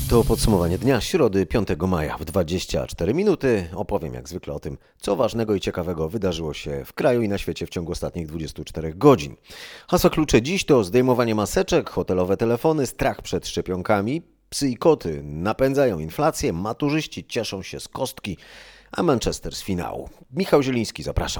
To podsumowanie dnia środy 5 maja w 24 minuty. Opowiem jak zwykle o tym, co ważnego i ciekawego wydarzyło się w kraju i na świecie w ciągu ostatnich 24 godzin. Hasła klucze dziś to zdejmowanie maseczek, hotelowe telefony, strach przed szczepionkami, psy i koty napędzają inflację, maturzyści cieszą się z kostki, a Manchester z finału. Michał Zieliński, zapraszam.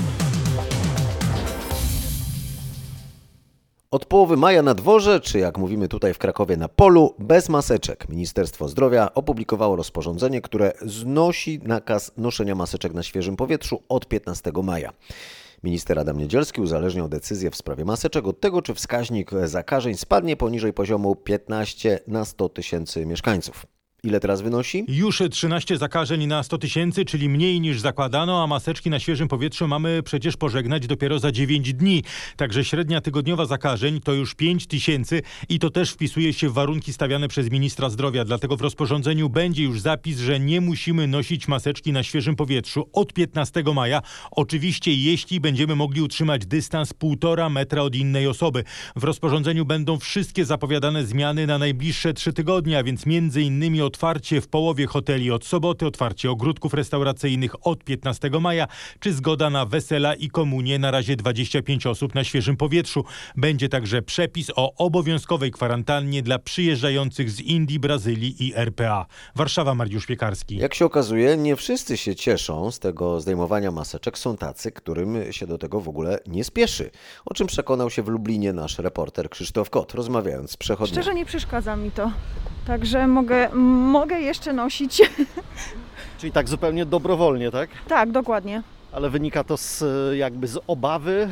Od połowy maja na dworze, czy jak mówimy tutaj w Krakowie na polu, bez maseczek. Ministerstwo Zdrowia opublikowało rozporządzenie, które znosi nakaz noszenia maseczek na świeżym powietrzu od 15 maja. Minister Adam Niedzielski uzależniał decyzję w sprawie maseczek od tego, czy wskaźnik zakażeń spadnie poniżej poziomu 15 na 100 tysięcy mieszkańców. Ile teraz wynosi? Już 13 zakażeń na 100 tysięcy, czyli mniej niż zakładano, a maseczki na świeżym powietrzu mamy przecież pożegnać dopiero za 9 dni. Także średnia tygodniowa zakażeń to już 5 tysięcy i to też wpisuje się w warunki stawiane przez ministra zdrowia. Dlatego w rozporządzeniu będzie już zapis, że nie musimy nosić maseczki na świeżym powietrzu od 15 maja. Oczywiście jeśli będziemy mogli utrzymać dystans 1,5 metra od innej osoby. W rozporządzeniu będą wszystkie zapowiadane zmiany na najbliższe 3 tygodnie, a więc między innymi otwarcie w połowie hoteli od soboty, otwarcie ogródków restauracyjnych od 15 maja, czy zgoda na wesela i komunie na razie 25 osób na świeżym powietrzu. Będzie także przepis o obowiązkowej kwarantannie dla przyjeżdżających z Indii, Brazylii i RPA. Warszawa, Mariusz Piekarski. Jak się okazuje, nie wszyscy się cieszą z tego zdejmowania maseczek. Są tacy, którym się do tego w ogóle nie spieszy. O czym przekonał się w Lublinie nasz reporter Krzysztof Kot, rozmawiając z przechodniami. Szczerze nie przeszkadza mi to. Także mogę jeszcze nosić. Czyli tak zupełnie dobrowolnie, tak? Tak, dokładnie. Ale wynika to z obawy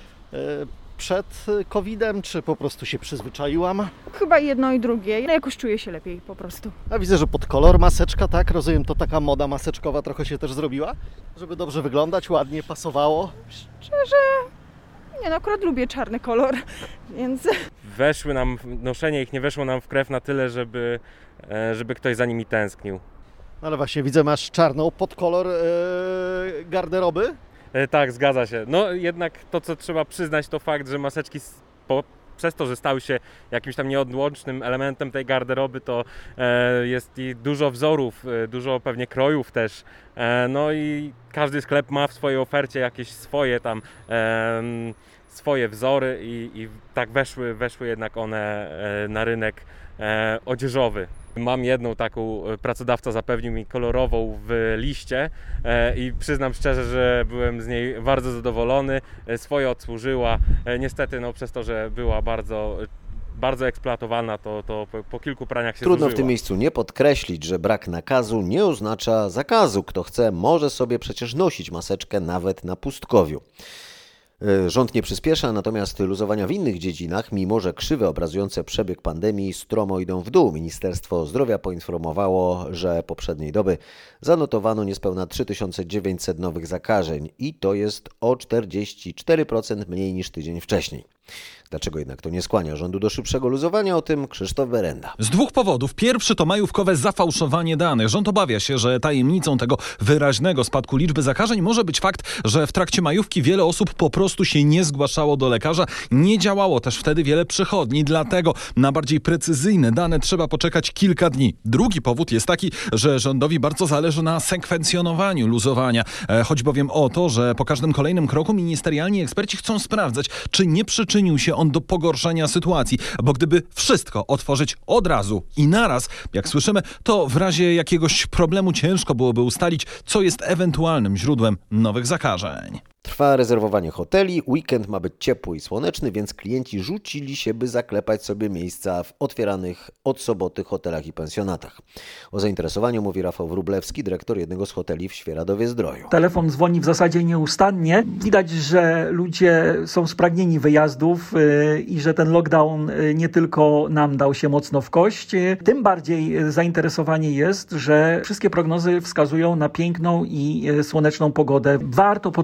przed COVID-em, czy po prostu się przyzwyczaiłam? Chyba jedno i drugie. Jakoś czuję się lepiej po prostu. A widzę, że pod kolor maseczka, tak? Rozumiem, to taka moda maseczkowa trochę się też zrobiła? Żeby dobrze wyglądać, ładnie pasowało? Szczerze, akurat lubię czarny kolor, więc... Noszenie ich nie weszło nam w krew na tyle, żeby ktoś za nimi tęsknił. No ale właśnie, widzę, masz czarną pod kolor garderoby? Tak, zgadza się. No jednak to, co trzeba przyznać, to fakt, że maseczki przez to, że stały się jakimś tam nieodłącznym elementem tej garderoby, to jest i dużo wzorów, dużo pewnie krojów też. No i każdy sklep ma w swojej ofercie jakieś swoje tam swoje wzory i tak weszły jednak one na rynek odzieżowy. Mam jedną taką, pracodawca zapewnił mi kolorową w liście i przyznam szczerze, że byłem z niej bardzo zadowolony. Swoje odsłużyła. Niestety przez to, że była bardzo eksploatowana, to po kilku praniach się Trudno zużyła. w tym miejscu nie podkreślić, że brak nakazu nie oznacza zakazu. Kto chce, może sobie przecież nosić maseczkę nawet na pustkowiu. Rząd nie przyspiesza, natomiast luzowania w innych dziedzinach, mimo że krzywe obrazujące przebieg pandemii stromo idą w dół. Ministerstwo Zdrowia poinformowało, że poprzedniej doby zanotowano niespełna 3900 nowych zakażeń i to jest o 44% mniej niż tydzień wcześniej. Dlaczego jednak to nie skłania rządu do szybszego luzowania? O tym Krzysztof Berenda. Z 2 powodów. Pierwszy to majówkowe zafałszowanie danych. Rząd obawia się, że tajemnicą tego wyraźnego spadku liczby zakażeń może być fakt, że w trakcie majówki wiele osób po prostu się nie zgłaszało do lekarza. Nie działało też wtedy wiele przychodni, dlatego na bardziej precyzyjne dane trzeba poczekać kilka dni. Drugi powód jest taki, że rządowi bardzo zależy na sekwencjonowaniu luzowania. Chodzi bowiem o to, że po każdym kolejnym kroku ministerialni eksperci chcą sprawdzać, czy nie przyczynił się on do pogorszenia sytuacji, bo gdyby wszystko otworzyć od razu i naraz, jak słyszymy, to w razie jakiegoś problemu ciężko byłoby ustalić, co jest ewentualnym źródłem nowych zakażeń. Trwa rezerwowanie hoteli, weekend ma być ciepły i słoneczny, więc klienci rzucili się, by zaklepać sobie miejsca w otwieranych od soboty hotelach i pensjonatach. O zainteresowaniu mówi Rafał Wróblewski, dyrektor jednego z hoteli w Świeradowie-Zdroju. Telefon dzwoni w zasadzie nieustannie. Widać, że ludzie są spragnieni wyjazdów i że ten lockdown nie tylko nam dał się mocno w kość. Tym bardziej zainteresowanie jest, że wszystkie prognozy wskazują na piękną i słoneczną pogodę. Warto podkreślić,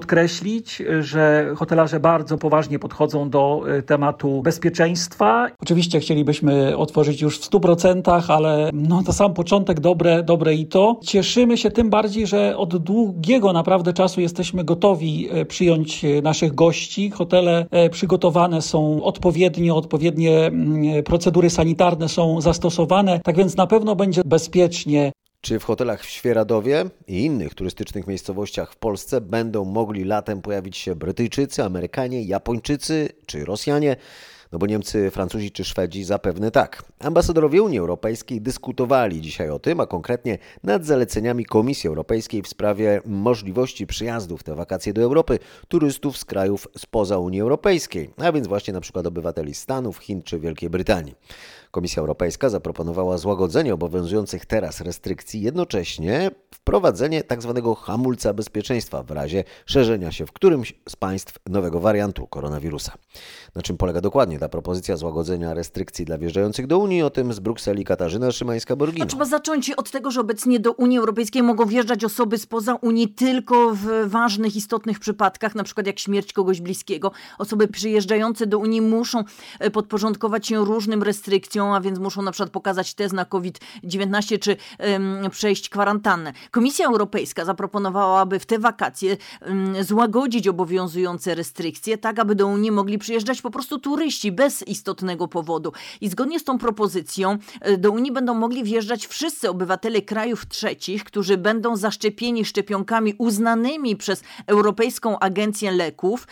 mówić, że hotelarze bardzo poważnie podchodzą do tematu bezpieczeństwa. Oczywiście chcielibyśmy otworzyć już w 100%, ale to sam początek dobre i to. Cieszymy się tym bardziej, że od długiego naprawdę czasu jesteśmy gotowi przyjąć naszych gości. Hotele przygotowane są odpowiednie procedury sanitarne są zastosowane, tak więc na pewno będzie bezpiecznie. Czy w hotelach w Świeradowie i innych turystycznych miejscowościach w Polsce będą mogli latem pojawić się Brytyjczycy, Amerykanie, Japończycy czy Rosjanie? No bo Niemcy, Francuzi czy Szwedzi zapewne tak. Ambasadorowie Unii Europejskiej dyskutowali dzisiaj o tym, a konkretnie nad zaleceniami Komisji Europejskiej w sprawie możliwości przyjazdu w te wakacje do Europy turystów z krajów spoza Unii Europejskiej, a więc właśnie na przykład obywateli Stanów, Chin czy Wielkiej Brytanii. Komisja Europejska zaproponowała złagodzenie obowiązujących teraz restrykcji, jednocześnie wprowadzenie tzw. hamulca bezpieczeństwa w razie szerzenia się w którymś z państw nowego wariantu koronawirusa. Na czym polega dokładnie ta propozycja złagodzenia restrykcji dla wjeżdżających do Unii? O tym z Brukseli Katarzyna Szymańska-Borgino. Trzeba zacząć od tego, że obecnie do Unii Europejskiej mogą wjeżdżać osoby spoza Unii tylko w ważnych, istotnych przypadkach, na przykład jak śmierć kogoś bliskiego. Osoby przyjeżdżające do Unii muszą podporządkować się różnym restrykcjom, a więc muszą na przykład pokazać test na COVID-19 czy przejść kwarantannę. Komisja Europejska zaproponowała, aby w te wakacje złagodzić obowiązujące restrykcje, tak aby do Unii mogli przyjeżdżać po prostu turyści bez istotnego powodu. I zgodnie z tą propozycją do Unii będą mogli wjeżdżać wszyscy obywatele krajów trzecich, którzy będą zaszczepieni szczepionkami uznanymi przez Europejską Agencję Leków.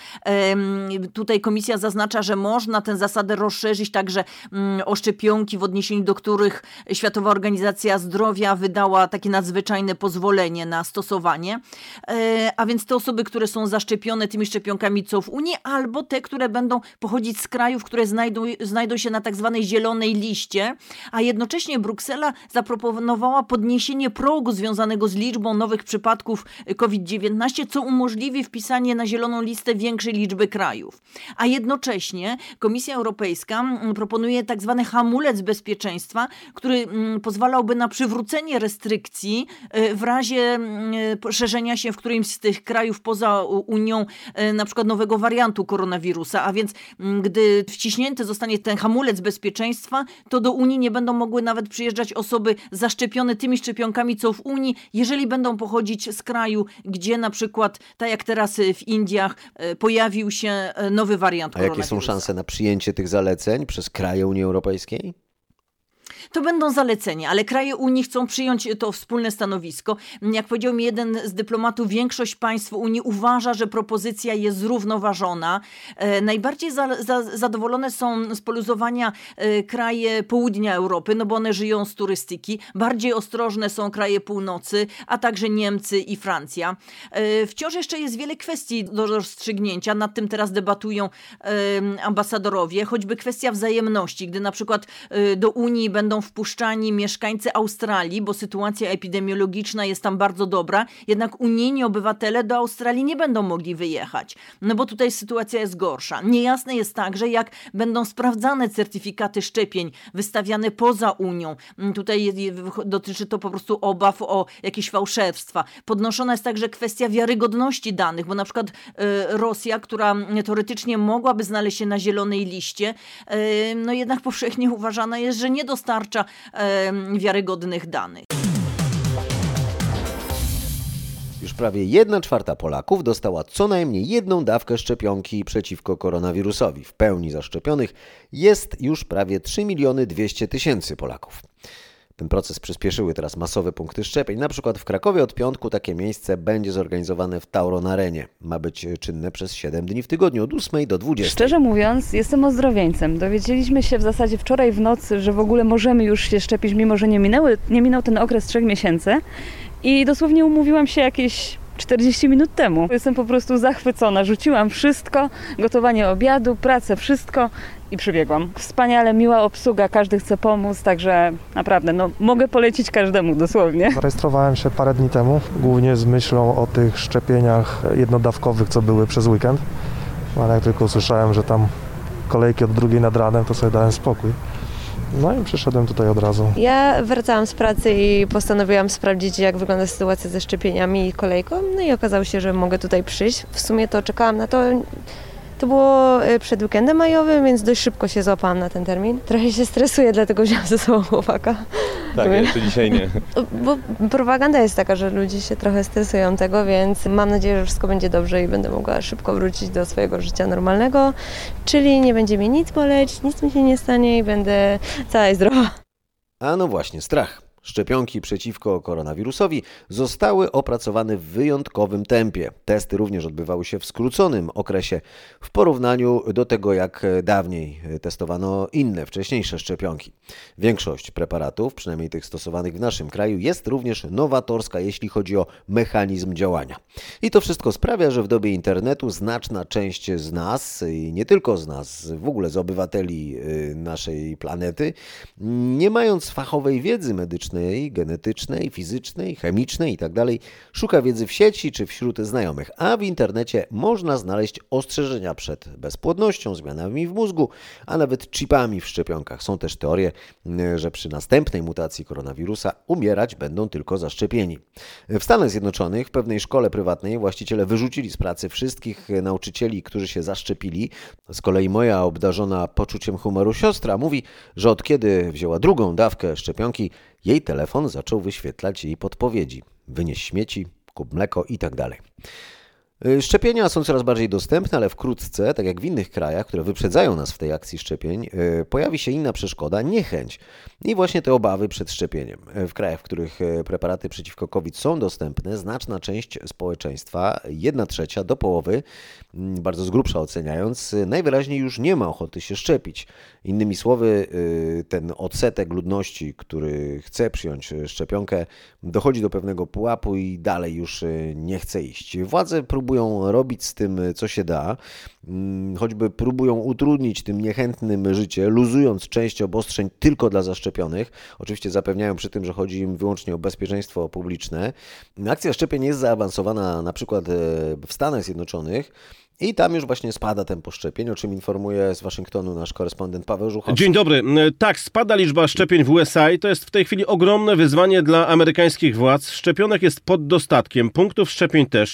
Tutaj komisja zaznacza, że można tę zasadę rozszerzyć także o szczepionki, w odniesieniu do których Światowa Organizacja Zdrowia wydała takie nadzwyczajne pozwolenie na stosowanie. A więc te osoby, które są zaszczepione tymi szczepionkami co w Unii, albo te, które będą pochodzić z krajów, które znajdą się na tak zwanej zielonej liście, a jednocześnie Bruksela zaproponowała podniesienie progu związanego z liczbą nowych przypadków COVID-19, co umożliwi wpisanie na zieloną listę większej liczby krajów. A jednocześnie Komisja Europejska proponuje tak zwany hamulec bezpieczeństwa, który pozwalałby na przywrócenie restrykcji w razie szerzenia się w którymś z tych krajów poza Unią na przykład nowego wariantu koronawirusa, a więc gdy wciśnięty zostanie ten hamulec bezpieczeństwa, to do Unii nie będą mogły nawet przyjeżdżać osoby zaszczepione tymi szczepionkami co w Unii, jeżeli będą pochodzić z kraju, gdzie na przykład, tak jak teraz w Indiach, pojawił się nowy wariant koronawirusa. A jakie są szanse na przyjęcie tych zaleceń przez kraje Unii Europejskiej? To będą zalecenia, ale kraje Unii chcą przyjąć to wspólne stanowisko. Jak powiedział mi jeden z dyplomatów, większość państw Unii uważa, że propozycja jest zrównoważona. Najbardziej zadowolone są z poluzowania kraje południa Europy, no bo one żyją z turystyki. Bardziej ostrożne są kraje północy, a także Niemcy i Francja. Wciąż jeszcze jest wiele kwestii do rozstrzygnięcia. Nad tym teraz debatują ambasadorowie. Choćby kwestia wzajemności, gdy na przykład do Unii będą wpuszczani mieszkańcy Australii, bo sytuacja epidemiologiczna jest tam bardzo dobra, jednak unijni obywatele do Australii nie będą mogli wyjechać, no bo tutaj sytuacja jest gorsza. Niejasne jest także, jak będą sprawdzane certyfikaty szczepień wystawiane poza Unią. Tutaj dotyczy to po prostu obaw o jakieś fałszerstwa. Podnoszona jest także kwestia wiarygodności danych, bo na przykład Rosja, która teoretycznie mogłaby znaleźć się na zielonej liście, no jednak powszechnie uważana jest, że nie dostarcza wiarygodnych danych. Już prawie 1/4 Polaków dostała co najmniej jedną dawkę szczepionki przeciwko koronawirusowi. W pełni zaszczepionych jest już prawie 3 200 000 Polaków. Ten proces przyspieszyły teraz masowe punkty szczepień. Na przykład w Krakowie od piątku takie miejsce będzie zorganizowane w Tauron Arenie. Ma być czynne przez 7 dni w tygodniu od 8 do 20. Szczerze mówiąc, jestem ozdrowieńcem. Dowiedzieliśmy się w zasadzie wczoraj w nocy, że w ogóle możemy już się szczepić, mimo że nie minął ten okres 3 miesięcy. I dosłownie umówiłam się jakieś 40 minut temu. Jestem po prostu zachwycona. Rzuciłam wszystko, gotowanie obiadu, pracę, wszystko i przybiegłam. Wspaniale, miła obsługa, każdy chce pomóc, także naprawdę, mogę polecić każdemu dosłownie. Zarejestrowałem się parę dni temu, głównie z myślą o tych szczepieniach jednodawkowych, co były przez weekend, ale jak tylko usłyszałem, że tam kolejki od 2 nad ranem, to sobie dałem spokój. No i przyszedłem tutaj od razu. Ja wracałam z pracy i postanowiłam sprawdzić, jak wygląda sytuacja ze szczepieniami i kolejką. No i okazało się, że mogę tutaj przyjść. W sumie to czekałam na to. To było przed weekendem majowym, więc dość szybko się złapałam na ten termin. Trochę się stresuję, dlatego wziąłam ze sobą chłopaka. Tak, jeszcze dzisiaj nie. Bo propaganda jest taka, że ludzie się trochę stresują tego, więc mam nadzieję, że wszystko będzie dobrze i będę mogła szybko wrócić do swojego życia normalnego. Czyli nie będzie mnie nic boleć, nic mi się nie stanie i będę cała i zdrowa. A no właśnie, strach. Szczepionki przeciwko koronawirusowi zostały opracowane w wyjątkowym tempie. Testy również odbywały się w skróconym okresie w porównaniu do tego, jak dawniej testowano inne, wcześniejsze szczepionki. Większość preparatów, przynajmniej tych stosowanych w naszym kraju, jest również nowatorska, jeśli chodzi o mechanizm działania. I to wszystko sprawia, że w dobie internetu znaczna część z nas, i nie tylko z nas, w ogóle z obywateli naszej planety, nie mając fachowej wiedzy medycznej, genetycznej, fizycznej, chemicznej itd., szuka wiedzy w sieci czy wśród znajomych, a w internecie można znaleźć ostrzeżenia przed bezpłodnością, zmianami w mózgu, a nawet chipami w szczepionkach. Są też teorie, że przy następnej mutacji koronawirusa umierać będą tylko zaszczepieni. W Stanach Zjednoczonych w pewnej szkole prywatnej właściciele wyrzucili z pracy wszystkich nauczycieli, którzy się zaszczepili. Z kolei moja obdarzona poczuciem humoru siostra mówi, że od kiedy wzięła drugą dawkę szczepionki, jej telefon zaczął wyświetlać jej podpowiedzi. Wynieś śmieci, kup mleko itd. Szczepienia są coraz bardziej dostępne, ale wkrótce, tak jak w innych krajach, które wyprzedzają nas w tej akcji szczepień, pojawi się inna przeszkoda, niechęć i właśnie te obawy przed szczepieniem. W krajach, w których preparaty przeciwko COVID są dostępne, znaczna część społeczeństwa, 1/3 do połowy, bardzo z grubsza oceniając, najwyraźniej już nie ma ochoty się szczepić. Innymi słowy, ten odsetek ludności, który chce przyjąć szczepionkę, dochodzi do pewnego pułapu i dalej już nie chce iść. Władze próbują robić z tym, co się da, choćby próbują utrudnić tym niechętnym życie, luzując część obostrzeń tylko dla zaszczepionych. Oczywiście zapewniają przy tym, że chodzi im wyłącznie o bezpieczeństwo publiczne. Akcja szczepień jest zaawansowana na przykład w Stanach Zjednoczonych, i tam już właśnie spada tempo szczepień, o czym informuje z Waszyngtonu nasz korespondent Paweł Żuchowski. Dzień dobry. Tak, spada liczba szczepień w USA i to jest w tej chwili ogromne wyzwanie dla amerykańskich władz. Szczepionek jest pod dostatkiem, punktów szczepień też.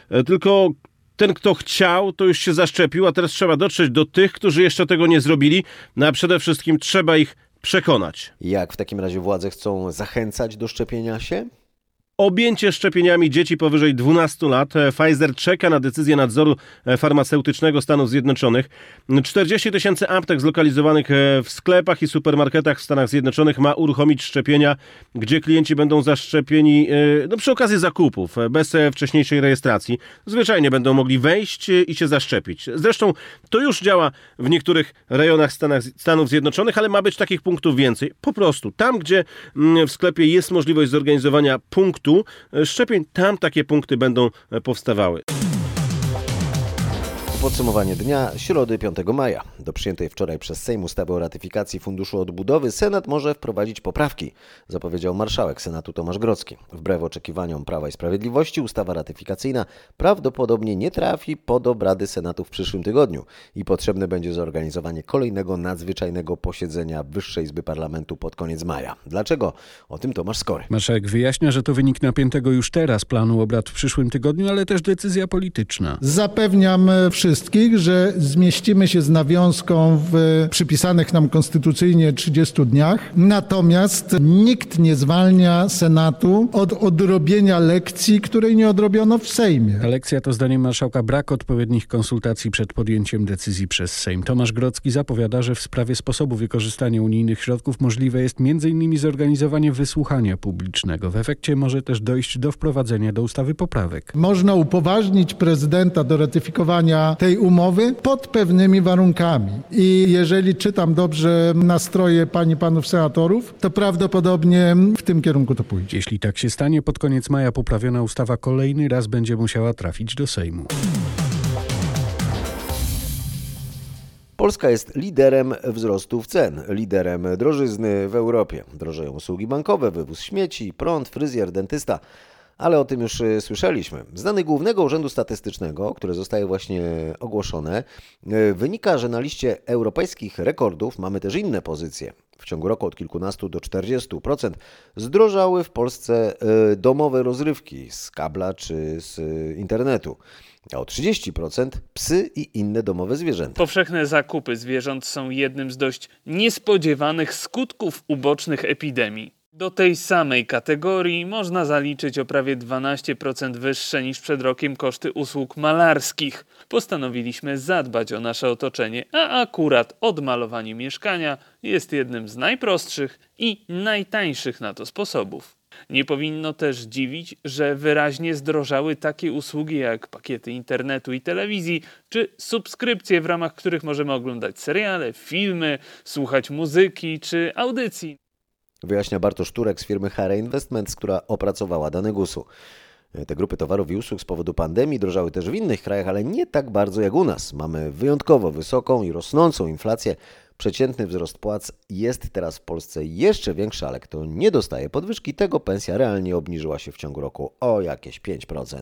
Tylko ten, kto chciał, to już się zaszczepił, a teraz trzeba dotrzeć do tych, którzy jeszcze tego nie zrobili, no a przede wszystkim trzeba ich przekonać. Jak w takim razie władze chcą zachęcać do szczepienia się? Objęcie szczepieniami dzieci powyżej 12 lat. Pfizer czeka na decyzję nadzoru farmaceutycznego Stanów Zjednoczonych. 40 000 aptek zlokalizowanych w sklepach i supermarketach w Stanach Zjednoczonych ma uruchomić szczepienia, gdzie klienci będą zaszczepieni przy okazji zakupów, bez wcześniejszej rejestracji. Zwyczajnie będą mogli wejść i się zaszczepić. Zresztą to już działa w niektórych rejonach Stanów Zjednoczonych, ale ma być takich punktów więcej. Po prostu tam, gdzie w sklepie jest możliwość zorganizowania punktu szczepień, tam takie punkty będą powstawały. Podsumowanie dnia środy 5 maja. Do przyjętej wczoraj przez Sejm ustawy o ratyfikacji Funduszu Odbudowy Senat może wprowadzić poprawki, zapowiedział marszałek Senatu Tomasz Grodzki. Wbrew oczekiwaniom Prawa i Sprawiedliwości ustawa ratyfikacyjna prawdopodobnie nie trafi pod obrady Senatu w przyszłym tygodniu i potrzebne będzie zorganizowanie kolejnego nadzwyczajnego posiedzenia Wyższej Izby Parlamentu pod koniec maja. Dlaczego? O tym Tomasz Skory. Marszałek wyjaśnia, że to wynik napiętego już teraz planu obrad w przyszłym tygodniu, ale też decyzja polityczna. Zapewniam wszystkich, że zmieścimy się z nawiązką w przypisanych nam konstytucyjnie 30 dniach. Natomiast nikt nie zwalnia Senatu od odrobienia lekcji, której nie odrobiono w Sejmie. Ta lekcja to zdaniem marszałka brak odpowiednich konsultacji przed podjęciem decyzji przez Sejm. Tomasz Grodzki zapowiada, że w sprawie sposobu wykorzystania unijnych środków możliwe jest m.in. zorganizowanie wysłuchania publicznego. W efekcie może też dojść do wprowadzenia do ustawy poprawek. Można upoważnić prezydenta do ratyfikowania tej umowy pod pewnymi warunkami. I jeżeli czytam dobrze nastroje pań i panów senatorów, to prawdopodobnie w tym kierunku to pójdzie. Jeśli tak się stanie, pod koniec maja poprawiona ustawa kolejny raz będzie musiała trafić do Sejmu. Polska jest liderem wzrostów cen, liderem drożyzny w Europie. Drożeją usługi bankowe, wywóz śmieci, prąd, fryzjer, dentysta. Ale o tym już słyszeliśmy. Z danych Głównego Urzędu Statystycznego, które zostaje właśnie ogłoszone, wynika, że na liście europejskich rekordów mamy też inne pozycje. W ciągu roku od kilkunastu do 40% zdrożały w Polsce domowe rozrywki z kabla czy z internetu, a o 30% psy i inne domowe zwierzęta. Powszechne zakupy zwierząt są jednym z dość niespodziewanych skutków ubocznych epidemii. Do tej samej kategorii można zaliczyć o prawie 12% wyższe niż przed rokiem koszty usług malarskich. Postanowiliśmy zadbać o nasze otoczenie, a akurat odmalowanie mieszkania jest jednym z najprostszych i najtańszych na to sposobów. Nie powinno też dziwić, że wyraźnie zdrożały takie usługi jak pakiety internetu i telewizji, czy subskrypcje, w ramach których możemy oglądać seriale, filmy, słuchać muzyki czy audycji. Wyjaśnia Bartosz Turek z firmy Hare Investments, która opracowała dane GUS-u. Te grupy towarów i usług z powodu pandemii drożały też w innych krajach, ale nie tak bardzo jak u nas. Mamy wyjątkowo wysoką i rosnącą inflację. Przeciętny wzrost płac jest teraz w Polsce jeszcze większy, ale kto nie dostaje podwyżki, tego pensja realnie obniżyła się w ciągu roku o jakieś 5%.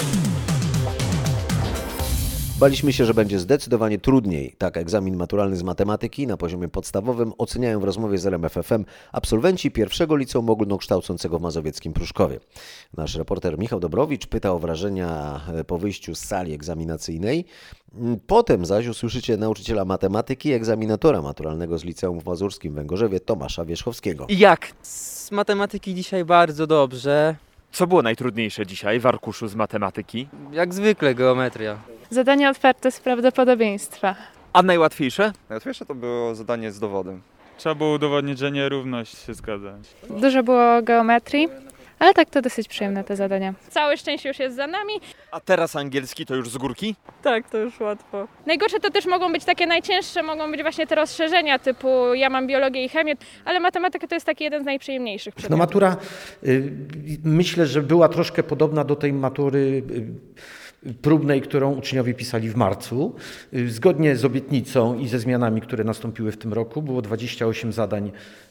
Baliśmy się, że będzie zdecydowanie trudniej. Tak egzamin maturalny z matematyki na poziomie podstawowym oceniają w rozmowie z RMF FM absolwenci pierwszego liceum ogólnokształcącego w mazowieckim Pruszkowie. Nasz reporter Michał Dobrowicz pyta o wrażenia po wyjściu z sali egzaminacyjnej. Potem zaś usłyszycie nauczyciela matematyki i egzaminatora maturalnego z liceum w Mazurskim Węgorzewie Tomasza Wierzchowskiego. Jak? Z matematyki dzisiaj bardzo dobrze. Co było najtrudniejsze dzisiaj w arkuszu z matematyki? Jak zwykle geometria. Zadania otwarte z prawdopodobieństwa. A najłatwiejsze? Najłatwiejsze to było zadanie z dowodem. Trzeba było udowodnić, że nierówność się zgadza. Dużo było geometrii, ale tak to dosyć przyjemne te zadania. Całe szczęście już jest za nami. A teraz angielski to już z górki? Tak, to już łatwo. Najgorsze to też mogą być takie najcięższe, mogą być właśnie te rozszerzenia typu ja mam biologię i chemię, ale matematyka to jest taki jeden z najprzyjemniejszych przedmiotów. No matura myślę, że była troszkę podobna do tej matury próbnej, którą uczniowie pisali w marcu. Zgodnie z obietnicą i ze zmianami, które nastąpiły w tym roku, było 28 zadań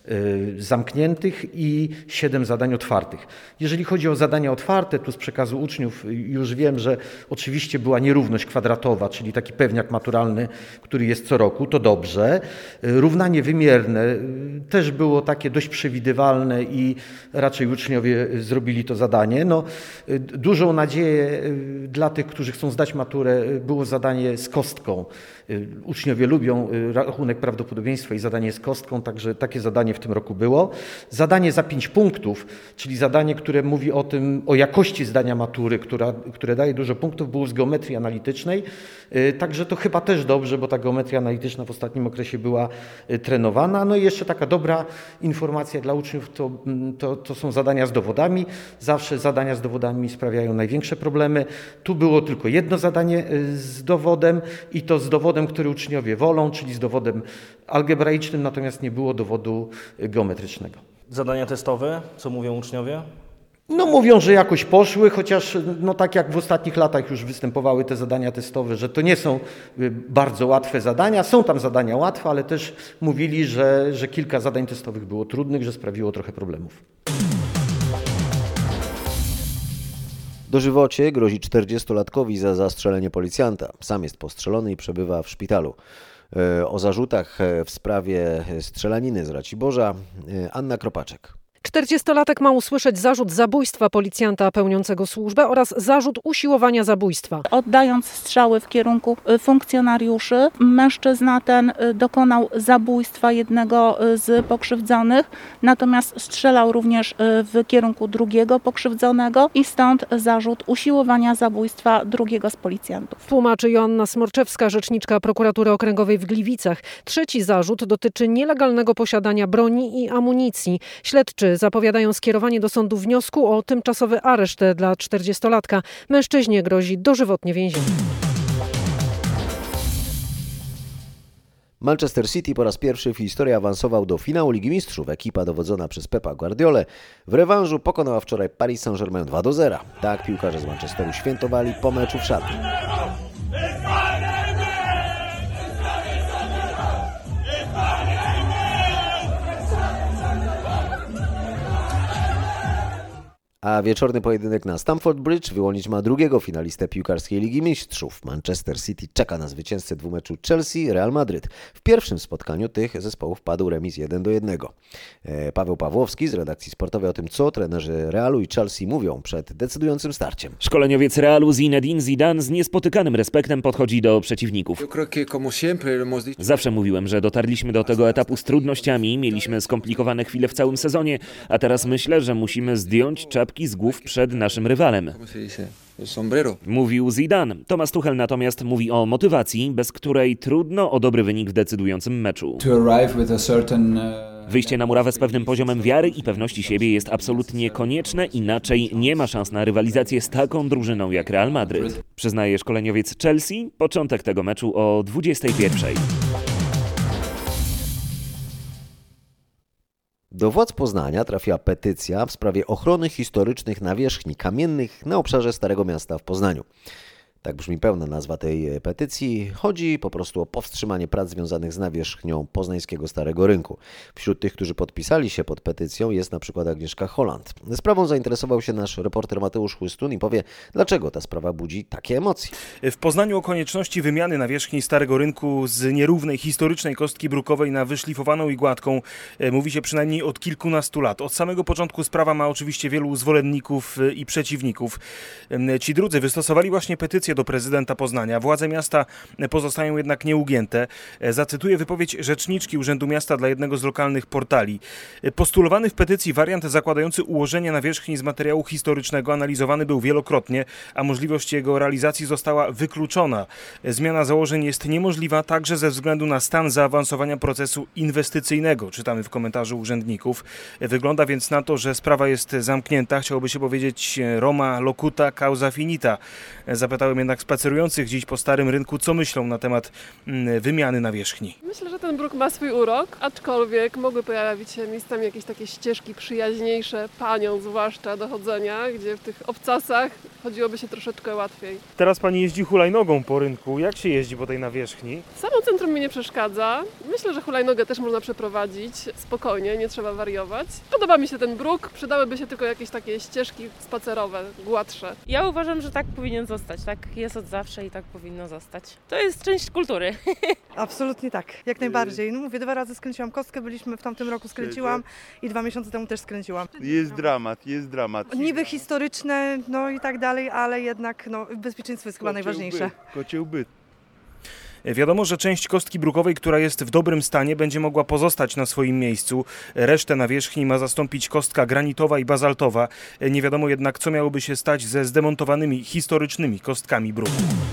zamkniętych i 7 zadań otwartych. Jeżeli chodzi o zadania otwarte, tu z przekazu uczniów już wiem, że oczywiście była nierówność kwadratowa, czyli taki pewniak maturalny, który jest co roku, to dobrze. Równanie wymierne też było takie dość przewidywalne i raczej uczniowie zrobili to zadanie. No, dużą nadzieję dla tych, którzy chcą zdać maturę, było zadanie z kostką. Uczniowie lubią rachunek prawdopodobieństwa i zadanie z kostką, także takie zadanie w tym roku było. Zadanie za 5 punktów, czyli zadanie, które mówi o jakości zdania matury, które daje dużo punktów, było z geometrii analitycznej. Także to chyba też dobrze, bo ta geometria analityczna w ostatnim okresie była trenowana. No i jeszcze taka dobra informacja dla uczniów, to są zadania z dowodami. Zawsze zadania z dowodami sprawiają największe problemy. Tu było tylko jedno zadanie z dowodem i to z dowodem, który uczniowie wolą, czyli z dowodem algebraicznym, natomiast nie było dowodu geometrycznego. Zadania testowe, co mówią uczniowie? No mówią, że jakoś poszły, chociaż no tak jak w ostatnich latach już występowały te zadania testowe, że to nie są bardzo łatwe zadania. Są tam zadania łatwe, ale też mówili, że kilka zadań testowych było trudnych, że sprawiło trochę problemów. Dożywocie grozi 40-latkowi za zastrzelenie policjanta. Sam jest postrzelony i przebywa w szpitalu. O zarzutach w sprawie strzelaniny z Raciborza Anna Kropaczek. 40-latek ma usłyszeć zarzut zabójstwa policjanta pełniącego służbę oraz zarzut usiłowania zabójstwa. Oddając strzały w kierunku funkcjonariuszy, mężczyzna ten dokonał zabójstwa jednego z pokrzywdzonych, natomiast strzelał również w kierunku drugiego pokrzywdzonego i stąd zarzut usiłowania zabójstwa drugiego z policjantów. Tłumaczy Joanna Smorczewska, rzeczniczka prokuratury okręgowej w Gliwicach. Trzeci zarzut dotyczy nielegalnego posiadania broni i amunicji. Śledczy zapowiadają skierowanie do sądu wniosku o tymczasowy areszt dla 40-latka. Mężczyźnie grozi dożywotnie więzienie. Manchester City po raz pierwszy w historii awansował do finału Ligi Mistrzów. Ekipa dowodzona przez Pepa Guardiolę w rewanżu pokonała wczoraj Paris Saint-Germain 2-0. Tak piłkarze z Manchesteru świętowali po meczu w szatni. A wieczorny pojedynek na Stamford Bridge wyłonić ma drugiego finalistę piłkarskiej Ligi Mistrzów. Manchester City czeka na zwycięzcę dwumeczu Chelsea-Real Madryt. W pierwszym spotkaniu tych zespołów padł remis 1-1. Paweł Pawłowski z redakcji sportowej o tym, co trenerzy Realu i Chelsea mówią przed decydującym starciem. Szkoleniowiec Realu Zinedine Zidane z niespotykanym respektem podchodzi do przeciwników. Zawsze mówiłem, że dotarliśmy do tego etapu z trudnościami, mieliśmy skomplikowane chwile w całym sezonie, a teraz myślę, że musimy zdjąć czapki z głów przed naszym rywalem. Mówił Zidane. Thomas Tuchel natomiast mówi o motywacji, bez której trudno o dobry wynik w decydującym meczu. Wyjście na murawę z pewnym poziomem wiary i pewności siebie jest absolutnie konieczne, inaczej nie ma szans na rywalizację z taką drużyną jak Real Madryt. Przyznaje szkoleniowiec Chelsea. Początek tego meczu o 21:00. Do władz Poznania trafiła petycja w sprawie ochrony historycznych nawierzchni kamiennych na obszarze Starego Miasta w Poznaniu. Tak brzmi pełna nazwa tej petycji. Chodzi po prostu o powstrzymanie prac związanych z nawierzchnią poznańskiego Starego Rynku. Wśród tych, którzy podpisali się pod petycją, jest na przykład Agnieszka Holland. Sprawą zainteresował się nasz reporter Mateusz Chłystun i powie, dlaczego ta sprawa budzi takie emocje. W Poznaniu o konieczności wymiany nawierzchni Starego Rynku z nierównej historycznej kostki brukowej na wyszlifowaną i gładką mówi się przynajmniej od kilkunastu lat. Od samego początku sprawa ma oczywiście wielu zwolenników i przeciwników. Ci drudzy wystosowali właśnie petycję do prezydenta Poznania. Władze miasta pozostają jednak nieugięte. Zacytuję wypowiedź rzeczniczki Urzędu Miasta dla jednego z lokalnych portali. Postulowany w petycji wariant zakładający ułożenie nawierzchni z materiału historycznego analizowany był wielokrotnie, a możliwość jego realizacji została wykluczona. Zmiana założeń jest niemożliwa także ze względu na stan zaawansowania procesu inwestycyjnego, czytamy w komentarzu urzędników. Wygląda więc na to, że sprawa jest zamknięta. Chciałoby się powiedzieć Roma locuta causa finita. Zapytałem jednak spacerujących dziś po Starym Rynku, co myślą na temat wymiany nawierzchni. Myślę, że ten bruk ma swój urok, aczkolwiek mogły pojawić się miejscami jakieś takie ścieżki przyjaźniejsze, paniom zwłaszcza do chodzenia, gdzie w tych obcasach chodziłoby się troszeczkę łatwiej. Teraz pani jeździ hulajnogą po rynku. Jak się jeździ po tej nawierzchni? Samo centrum mi nie przeszkadza. Myślę, że hulajnogę też można przeprowadzić spokojnie, nie trzeba wariować. Podoba mi się ten bruk, przydałyby się tylko jakieś takie ścieżki spacerowe, gładsze. Ja uważam, że tak powinien zostać. Tak jest od zawsze i tak powinno zostać. To jest część kultury. Absolutnie tak, jak najbardziej. No mówię, 2 razy skręciłam kostkę, byliśmy w tamtym roku, skręciłam i 2 miesiące temu też skręciłam. Jest dramat. Niby historyczne, no i tak dalej, ale jednak bezpieczeństwo jest chyba najważniejsze. Kocieł byt. Wiadomo, że część kostki brukowej, która jest w dobrym stanie, będzie mogła pozostać na swoim miejscu. Resztę nawierzchni ma zastąpić kostka granitowa i bazaltowa. Nie wiadomo jednak, co miałoby się stać ze zdemontowanymi historycznymi kostkami bruku.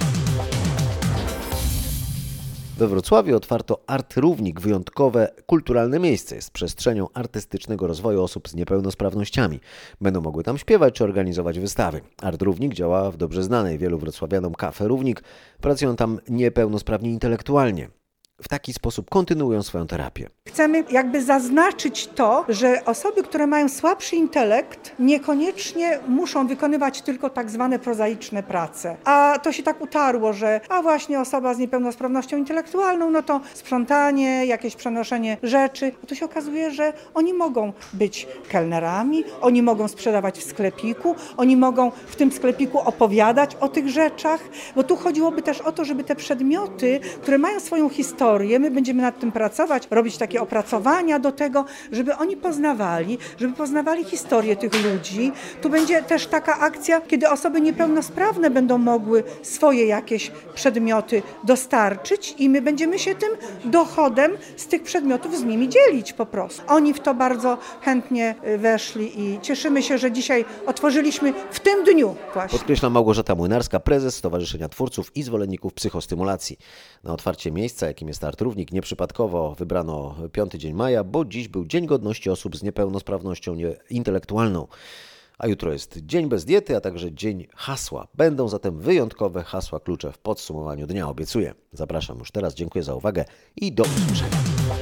We Wrocławiu otwarto Art Równik, wyjątkowe kulturalne miejsce. Jest przestrzenią artystycznego rozwoju osób z niepełnosprawnościami. Będą mogły tam śpiewać czy organizować wystawy. Art Równik działa w dobrze znanej wielu wrocławianom Cafe Równik. Pracują tam niepełnosprawni intelektualnie. W taki sposób kontynuują swoją terapię. Chcemy jakby zaznaczyć to, że osoby, które mają słabszy intelekt, niekoniecznie muszą wykonywać tylko tak zwane prozaiczne prace. A to się tak utarło, że właśnie osoba z niepełnosprawnością intelektualną, no to sprzątanie, jakieś przenoszenie rzeczy. To się okazuje, że oni mogą być kelnerami, oni mogą sprzedawać w sklepiku, oni mogą w tym sklepiku opowiadać o tych rzeczach, bo tu chodziłoby też o to, żeby te przedmioty, które mają swoją historię, my będziemy nad tym pracować, robić takie opracowania do tego, żeby oni poznawali historię tych ludzi. Tu będzie też taka akcja, kiedy osoby niepełnosprawne będą mogły swoje jakieś przedmioty dostarczyć i my będziemy się tym dochodem z tych przedmiotów z nimi dzielić po prostu. Oni w to bardzo chętnie weszli i cieszymy się, że dzisiaj otworzyliśmy w tym dniu właśnie. Podkreśla Małgorzata Młynarska, prezes Stowarzyszenia Twórców i Zwolenników Psychostymulacji. Na otwarcie miejsca, jakim jest Art Równik, nieprzypadkowo wybrano 5 dzień maja, bo dziś był Dzień Godności Osób z Niepełnosprawnością Intelektualną. A jutro jest Dzień bez diety, a także Dzień Hasła. Będą zatem wyjątkowe hasła klucze w podsumowaniu dnia, obiecuję. Zapraszam już teraz, dziękuję za uwagę i do usłyszenia.